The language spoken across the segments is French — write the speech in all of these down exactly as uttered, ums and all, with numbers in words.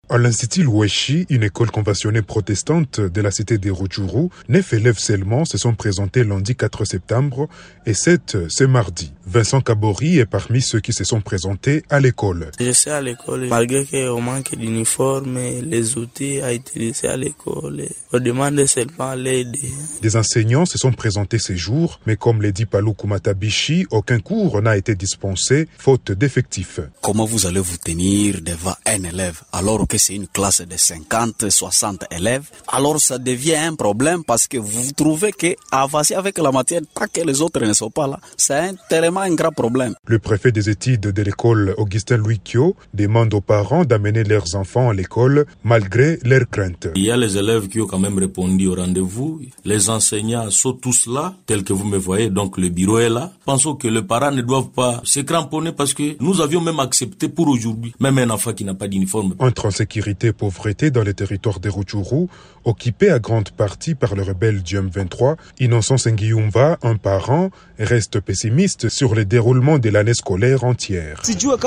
À l'Institut Loueshi, une école conventionnée protestante de la cité des Rutshuru, neuf élèves seulement se sont présentés lundi quatre septembre et sept ce mardi. Vincent Kabori est parmi ceux qui se sont présentés à l'école. Je suis à l'école, malgré qu'on manque d'uniformes, les outils à utiliser à l'école, on demande seulement l'aide. Des enseignants se sont présentés ces jours, mais comme l'a dit Palou Kumatabishi, aucun cours n'a été dispensé, faute d'effectifs. Comment vous allez vous tenir devant un élève alors que c'est une classe de cinquante, soixante élèves? Alors ça devient un problème parce que vous trouvez qu'avancer avec la matière tant que les autres ne sont pas là, c'est un, tellement un grand problème. Le préfet des études de l'école, Augustin Louis Kyo, demande aux parents d'amener leurs enfants à l'école malgré leurs craintes. Il y a les élèves qui ont quand même répondu au rendez-vous. Les enseignants sont tous là, tels que vous me voyez, donc le bureau est là. Pensons que les parents ne doivent pas se cramponner parce que nous avions même accepté pour aujourd'hui, même un enfant qui n'a pas d'uniforme. Entre insécurité et pauvreté dans les territoires des Rutshuru, occupés à grande partie par le rebelle du M vingt-trois, Innocence Nguiyumva, un parent, reste pessimiste sur le déroulement de l'année scolaire entière.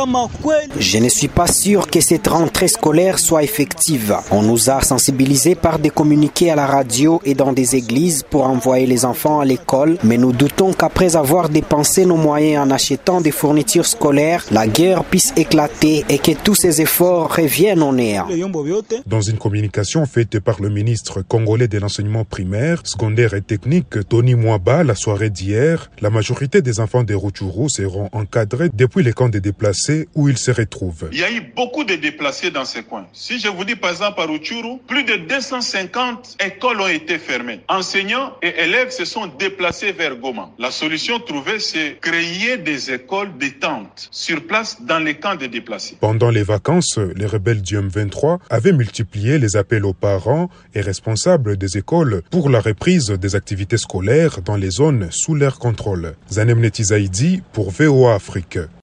Je ne suis pas sûr que cette rentrée scolaire soit effective. On nous a sensibilisés par des communiqués à la radio et dans des églises pour envoyer les enfants à l'école, mais nous doutons qu'après avoir dépensé nos moyens en achetant des fournitures scolaires, la guerre puisse éclater et que tous ces efforts reviennent en néant. Dans une communication faite par le ministre congolais de l'enseignement primaire, secondaire et technique, Tony Mwaba, la soirée d'hier, la majorité des enfants des Rutshuru seront encadrés depuis les camps de déplacés où ils se retrouvent. Il y a eu beaucoup de déplacés dans ces coins. Si je vous dis par exemple à Rutshuru, plus de deux cent cinquante écoles ont été fermées. Enseignants et élèves se sont déplacés vers Goma. La solution trouvée, c'est créer des écoles détente sur place dans les camps de déplacés. Pendant les vacances, les rebelles du M vingt-trois avaient multiplié les appels aux parents et responsables des écoles pour la reprise des activités scolaires dans les zones sous leur contrôle. Zanem Netizaidi pour V O A Afrique.